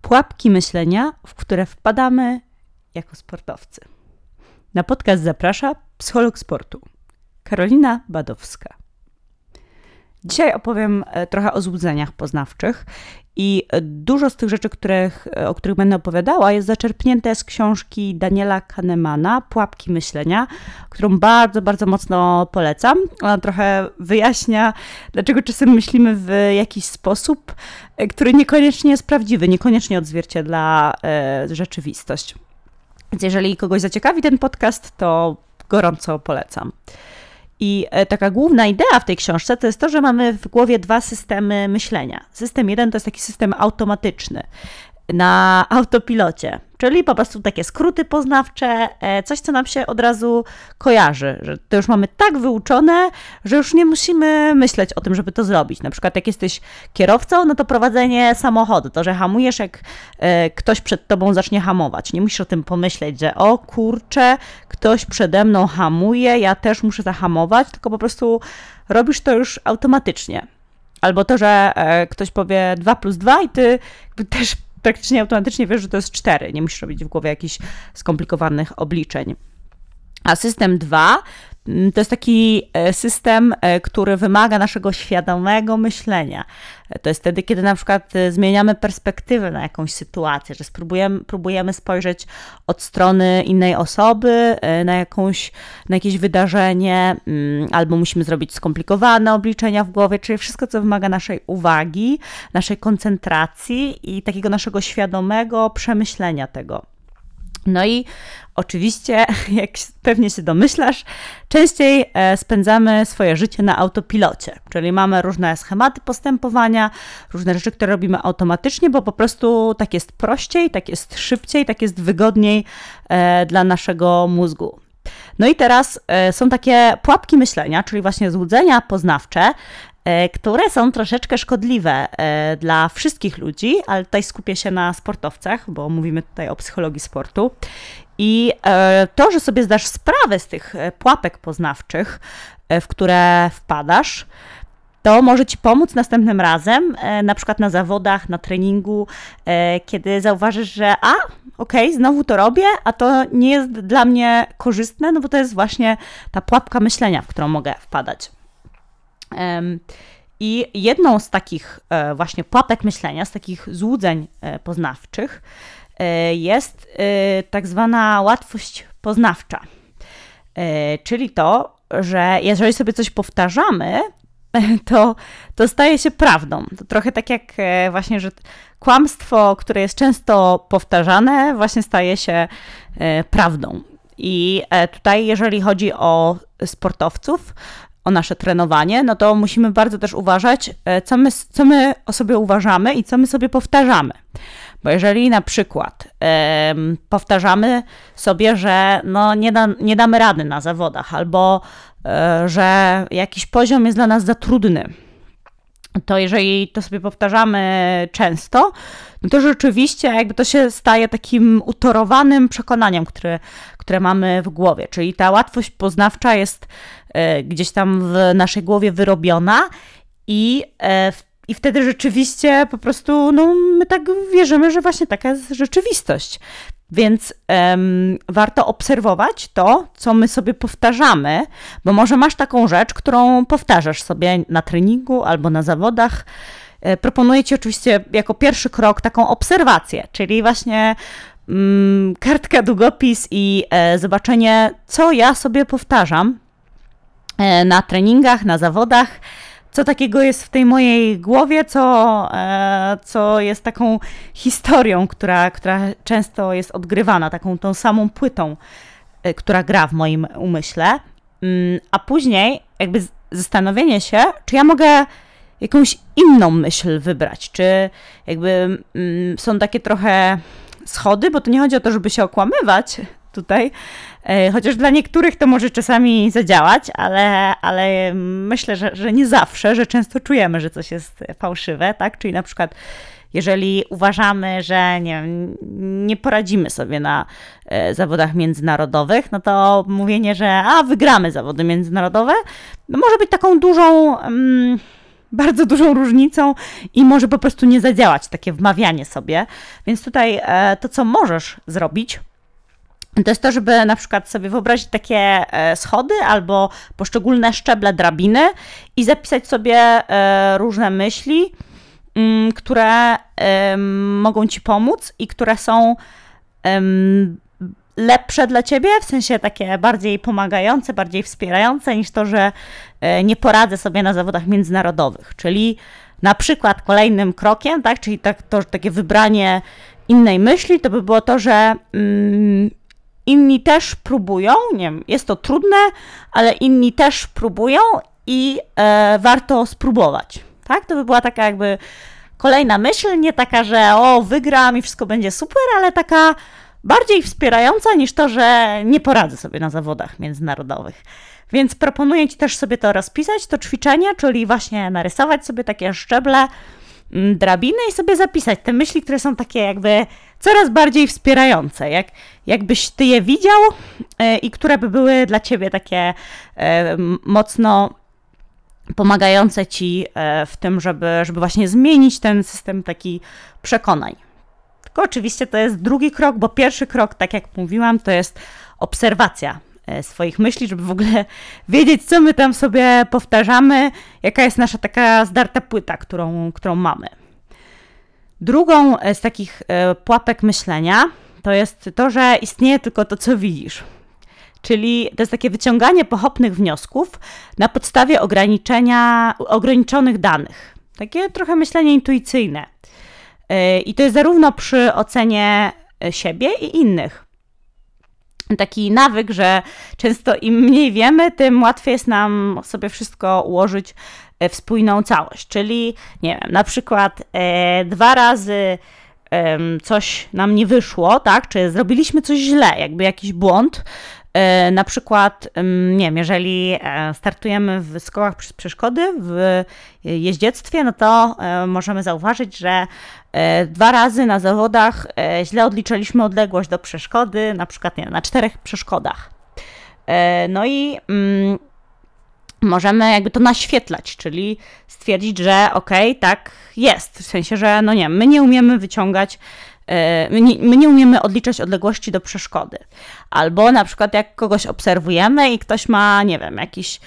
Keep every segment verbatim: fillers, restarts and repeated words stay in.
Pułapki myślenia, w które wpadamy jako sportowcy. Na podcast zaprasza psycholog sportu Karolina Badowska. Dzisiaj opowiem trochę o złudzeniach poznawczych i dużo z tych rzeczy, których, o których będę opowiadała, jest zaczerpnięte z książki Daniela Kahnemana Pułapki myślenia, którą bardzo, bardzo mocno polecam. Ona trochę wyjaśnia, dlaczego czasem myślimy w jakiś sposób, który niekoniecznie jest prawdziwy, niekoniecznie odzwierciedla e, rzeczywistość. Więc jeżeli kogoś zaciekawi ten podcast, to gorąco polecam. I taka główna idea w tej książce to jest to, że mamy w głowie dwa systemy myślenia. System jeden to jest taki system automatyczny, na autopilocie, czyli po prostu takie skróty poznawcze, coś, co nam się od razu kojarzy, że to już mamy tak wyuczone, że już nie musimy myśleć o tym, żeby to zrobić. Na przykład jak jesteś kierowcą, no to prowadzenie samochodu, to, że hamujesz, jak ktoś przed tobą zacznie hamować. Nie musisz o tym pomyśleć, że o kurczę, ktoś przede mną hamuje, ja też muszę zahamować, tylko po prostu robisz to już automatycznie. Albo to, że ktoś powie dwa plus dwa i ty też praktycznie automatycznie wiesz, że to jest cztery. Nie musisz robić w głowie jakichś skomplikowanych obliczeń. A system dwa to jest taki system, który wymaga naszego świadomego myślenia. To jest wtedy, kiedy na przykład zmieniamy perspektywę na jakąś sytuację, że spróbujemy, próbujemy spojrzeć od strony innej osoby na, jakąś, na jakieś wydarzenie, albo musimy zrobić skomplikowane obliczenia w głowie, czyli wszystko, co wymaga naszej uwagi, naszej koncentracji i takiego naszego świadomego przemyślenia tego. No i oczywiście, jak pewnie się domyślasz, częściej spędzamy swoje życie na autopilocie, czyli mamy różne schematy postępowania, różne rzeczy, które robimy automatycznie, bo po prostu tak jest prościej, tak jest szybciej, tak jest wygodniej dla naszego mózgu. No i teraz są takie pułapki myślenia, czyli właśnie złudzenia poznawcze, które są troszeczkę szkodliwe dla wszystkich ludzi, ale tutaj skupię się na sportowcach, bo mówimy tutaj o psychologii sportu. I to, że sobie zdasz sprawę z tych pułapek poznawczych, w które wpadasz, to może Ci pomóc następnym razem, na przykład na zawodach, na treningu, kiedy zauważysz, że a, okej, okay, znowu to robię, a to nie jest dla mnie korzystne, no bo to jest właśnie ta pułapka myślenia, w którą mogę wpadać. I jedną z takich właśnie pułapek myślenia, z takich złudzeń poznawczych jest tak zwana łatwość poznawcza. Czyli to, że jeżeli sobie coś powtarzamy, to, to staje się prawdą. To trochę tak jak właśnie, że kłamstwo, które jest często powtarzane, właśnie staje się prawdą. I tutaj, jeżeli chodzi o sportowców, o nasze trenowanie, no to musimy bardzo też uważać, co my, co my o sobie uważamy i co my sobie powtarzamy. Bo jeżeli na przykład e, powtarzamy sobie, że no nie, da, nie damy rady na zawodach, albo e, że jakiś poziom jest dla nas za trudny, to jeżeli to sobie powtarzamy często, no to rzeczywiście jakby to się staje takim utorowanym przekonaniem, które, które mamy w głowie. Czyli ta łatwość poznawcza jest e, gdzieś tam w naszej głowie wyrobiona i e, w I wtedy rzeczywiście po prostu no, my tak wierzymy, że właśnie taka jest rzeczywistość. Więc um, warto obserwować to, co my sobie powtarzamy, bo może masz taką rzecz, którą powtarzasz sobie na treningu albo na zawodach. E, proponuję Ci oczywiście jako pierwszy krok taką obserwację, czyli właśnie um, kartka, długopis i e, zobaczenie, co ja sobie powtarzam e, na treningach, na zawodach, co takiego jest w tej mojej głowie, co, e, co jest taką historią, która, która często jest odgrywana, taką tą samą płytą, e, która gra w moim umyśle, mm, a później jakby zastanowienie się, czy ja mogę jakąś inną myśl wybrać, czy jakby mm, są takie trochę schody, bo to nie chodzi o to, żeby się okłamywać tutaj, chociaż dla niektórych to może czasami zadziałać, ale, ale myślę, że, że nie zawsze, że często czujemy, że coś jest fałszywe, tak? Czyli na przykład jeżeli uważamy, że nie, nie poradzimy sobie na e, zawodach międzynarodowych, no to mówienie, że a wygramy zawody międzynarodowe, no może być taką dużą, mm, bardzo dużą różnicą i może po prostu nie zadziałać takie wmawianie sobie. Więc tutaj to, co możesz zrobić, to jest to, żeby na przykład sobie wyobrazić takie schody albo poszczególne szczeble drabiny i zapisać sobie różne myśli, które mogą ci pomóc i które są lepsze dla ciebie, w sensie takie bardziej pomagające, bardziej wspierające niż to, że nie poradzę sobie na zawodach międzynarodowych. Czyli na przykład kolejnym krokiem, tak, czyli tak, to, takie wybranie innej myśli, to by było to, że mm, inni też próbują, nie wiem, jest to trudne, ale inni też próbują i e, warto spróbować. Tak? To by była taka jakby kolejna myśl, nie taka, że o, wygram i wszystko będzie super, ale taka bardziej wspierająca niż to, że nie poradzę sobie na zawodach międzynarodowych. Więc proponuję ci też sobie to rozpisać, to ćwiczenie, czyli właśnie narysować sobie takie szczeble, drabiny i sobie zapisać te myśli, które są takie jakby coraz bardziej wspierające, jak, jakbyś ty je widział yy, i które by były dla ciebie takie yy, mocno pomagające ci yy, w tym, żeby, żeby właśnie zmienić ten system taki przekonań. Tylko oczywiście to jest drugi krok, bo pierwszy krok, tak jak mówiłam, to jest obserwacja swoich myśli, żeby w ogóle wiedzieć, co my tam sobie powtarzamy, jaka jest nasza taka zdarta płyta, którą, którą mamy. Drugą z takich pułapek myślenia to jest to, że istnieje tylko to, co widzisz. Czyli to jest takie wyciąganie pochopnych wniosków na podstawie ograniczenia, ograniczonych danych. Takie trochę myślenie intuicyjne. I to jest zarówno przy ocenie siebie i innych. Taki nawyk, że często im mniej wiemy, tym łatwiej jest nam sobie wszystko ułożyć w spójną całość. Czyli, nie wiem, na przykład e, dwa razy e, coś nam nie wyszło, tak? Czy zrobiliśmy coś źle, jakby jakiś błąd. E, na przykład, e, nie wiem, jeżeli startujemy w skołach przez przeszkody, w jeździectwie, no to e, możemy zauważyć, że e, dwa razy na zawodach e, źle odliczyliśmy odległość do przeszkody, na przykład nie wiem, na czterech przeszkodach. E, no i mm, możemy jakby to naświetlać, czyli stwierdzić, że okej, okay, tak jest, w sensie, że no nie, my nie umiemy wyciągać, my nie, my nie umiemy odliczać odległości do przeszkody. Albo na przykład jak kogoś obserwujemy i ktoś ma, nie wiem, jakiś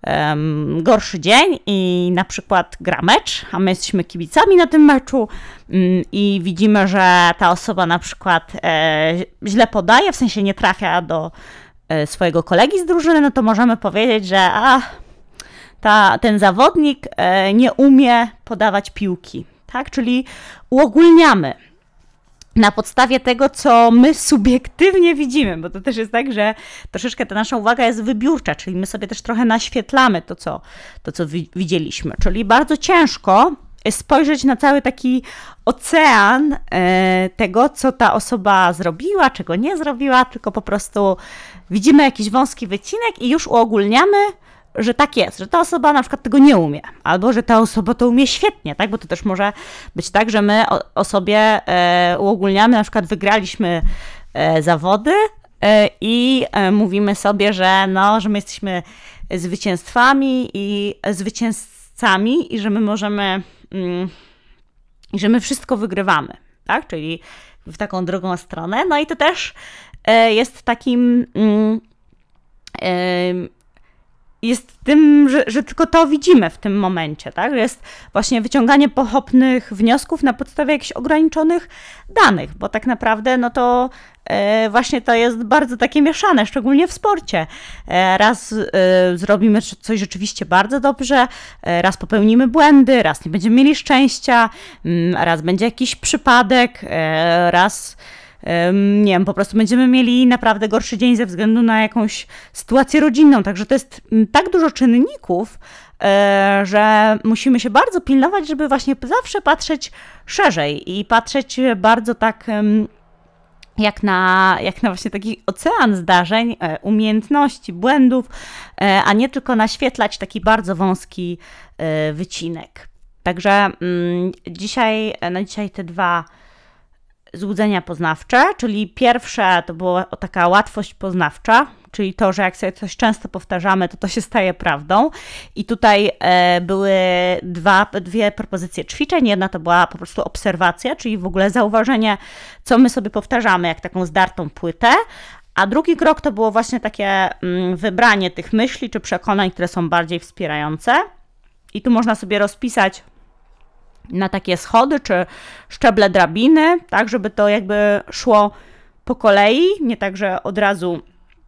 um, gorszy dzień i na przykład gra mecz, a my jesteśmy kibicami na tym meczu um, i widzimy, że ta osoba na przykład e, źle podaje, w sensie nie trafia do e, swojego kolegi z drużyny, no to możemy powiedzieć, że a, ta, ten zawodnik e, nie umie podawać piłki, tak? Czyli uogólniamy na podstawie tego, co my subiektywnie widzimy, bo to też jest tak, że troszeczkę ta nasza uwaga jest wybiórcza, czyli my sobie też trochę naświetlamy to, co, to, co widzieliśmy. Czyli bardzo ciężko jest spojrzeć na cały taki ocean e, tego, co ta osoba zrobiła, czego nie zrobiła, tylko po prostu widzimy jakiś wąski wycinek i już uogólniamy, że tak jest, że ta osoba na przykład tego nie umie, albo że ta osoba to umie świetnie, tak? Bo to też może być tak, że my o, o sobie e, uogólniamy, na przykład wygraliśmy e, zawody e, i e, mówimy sobie, że no, że my jesteśmy zwycięstwami i zwycięzcami i że my możemy, mm, że my wszystko wygrywamy, tak? Czyli w taką drugą stronę. No i to też e, jest takim mm, e, jest tym, że, że tylko to widzimy w tym momencie, tak? Jest właśnie wyciąganie pochopnych wniosków na podstawie jakichś ograniczonych danych, bo tak naprawdę no to e, właśnie to jest bardzo takie mieszane, szczególnie w sporcie. E, raz e, zrobimy coś rzeczywiście bardzo dobrze, e, raz popełnimy błędy, raz nie będziemy mieli szczęścia, m, raz będzie jakiś przypadek, e, raz nie wiem, po prostu będziemy mieli naprawdę gorszy dzień ze względu na jakąś sytuację rodzinną. Także to jest tak dużo czynników, że musimy się bardzo pilnować, żeby właśnie zawsze patrzeć szerzej i patrzeć bardzo tak jak na, jak na właśnie taki ocean zdarzeń, umiejętności, błędów, a nie tylko naświetlać taki bardzo wąski wycinek. Także dzisiaj, na dzisiaj te dwa złudzenia poznawcze, czyli pierwsze to była taka łatwość poznawcza, czyli to, że jak sobie coś często powtarzamy, to to się staje prawdą. I tutaj e, były dwa, dwie propozycje ćwiczeń. Jedna to była po prostu obserwacja, czyli w ogóle zauważenie, co my sobie powtarzamy, jak taką zdartą płytę. A drugi krok to było właśnie takie mm, wybranie tych myśli czy przekonań, które są bardziej wspierające. I tu można sobie rozpisać na takie schody czy szczeble drabiny, tak, żeby to jakby szło po kolei, nie tak, że od razu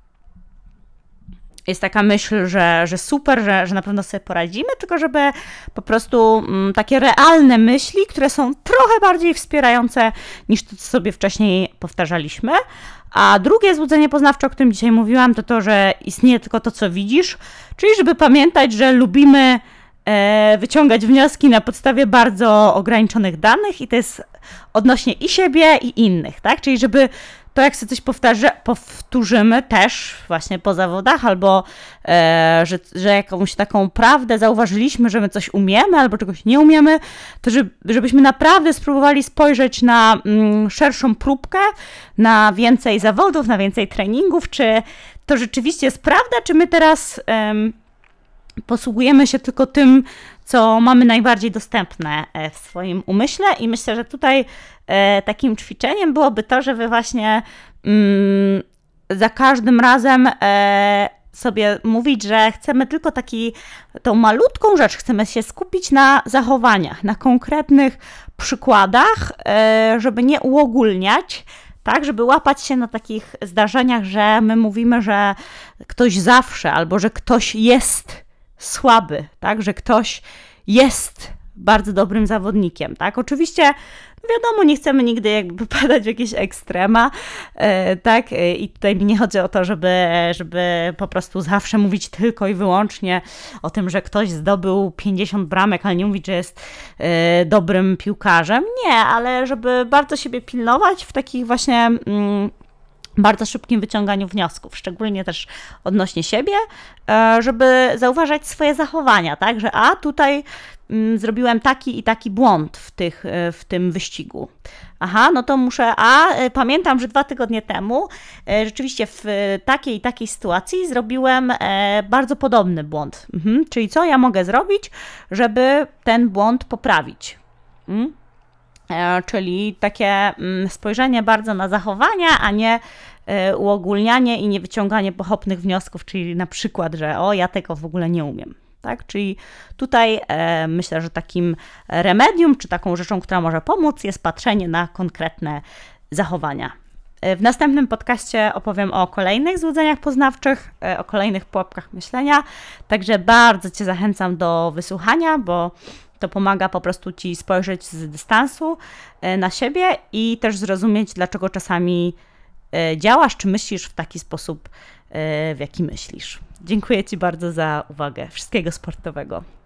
jest taka myśl, że, że super, że, że na pewno sobie poradzimy, tylko żeby po prostu mm, takie realne myśli, które są trochę bardziej wspierające niż to, co sobie wcześniej powtarzaliśmy. A drugie złudzenie poznawcze, o którym dzisiaj mówiłam, to to, że istnieje tylko to, co widzisz, czyli żeby pamiętać, że lubimy e, wyciągać wnioski na podstawie bardzo ograniczonych danych i to jest odnośnie i siebie, i innych, tak? Czyli żeby to, jak sobie coś powtarzy, powtórzymy też właśnie po zawodach, albo e, że, że jakąś taką prawdę zauważyliśmy, że my coś umiemy, albo czegoś nie umiemy, to żeby, żebyśmy naprawdę spróbowali spojrzeć na mm, szerszą próbkę, na więcej zawodów, na więcej treningów, czy to rzeczywiście jest prawda, czy my teraz em, posługujemy się tylko tym, co mamy najbardziej dostępne w swoim umyśle i myślę, że tutaj e, takim ćwiczeniem byłoby to, że wy właśnie mm, za każdym razem e, sobie mówić, że chcemy tylko taki, tą malutką rzecz, chcemy się skupić na zachowaniach, na konkretnych przykładach, e, żeby nie uogólniać, tak, żeby łapać się na takich zdarzeniach, że my mówimy, że ktoś zawsze albo że ktoś jest słaby, tak, że ktoś jest bardzo dobrym zawodnikiem, tak, oczywiście wiadomo, nie chcemy nigdy jakby popadać w jakieś ekstrema, e, tak, e, i tutaj mi nie chodzi o to, żeby, żeby po prostu zawsze mówić tylko i wyłącznie o tym, że ktoś zdobył pięćdziesiąt bramek, ale nie mówić, że jest e, dobrym piłkarzem, nie, ale żeby bardzo siebie pilnować w takich właśnie mm, bardzo szybkim wyciąganiu wniosków, szczególnie też odnośnie siebie, żeby zauważać swoje zachowania, tak, że a tutaj mm, zrobiłem taki i taki błąd w, tych, w tym wyścigu. Aha, no to muszę, a pamiętam, że dwa tygodnie temu rzeczywiście w takiej i takiej sytuacji zrobiłem bardzo podobny błąd. Mhm. Czyli co ja mogę zrobić, żeby ten błąd poprawić? Mhm. Czyli takie spojrzenie bardzo na zachowania, a nie uogólnianie i nie wyciąganie pochopnych wniosków, czyli na przykład, że o, ja tego w ogóle nie umiem. Tak? Czyli tutaj e, myślę, że takim remedium, czy taką rzeczą, która może pomóc, jest patrzenie na konkretne zachowania. W następnym podcaście opowiem o kolejnych złudzeniach poznawczych, o kolejnych pułapkach myślenia, także bardzo Cię zachęcam do wysłuchania, bo to pomaga po prostu Ci spojrzeć z dystansu na siebie i też zrozumieć, dlaczego czasami działasz, czy myślisz w taki sposób, w jaki myślisz. Dziękuję Ci bardzo za uwagę. Wszystkiego sportowego.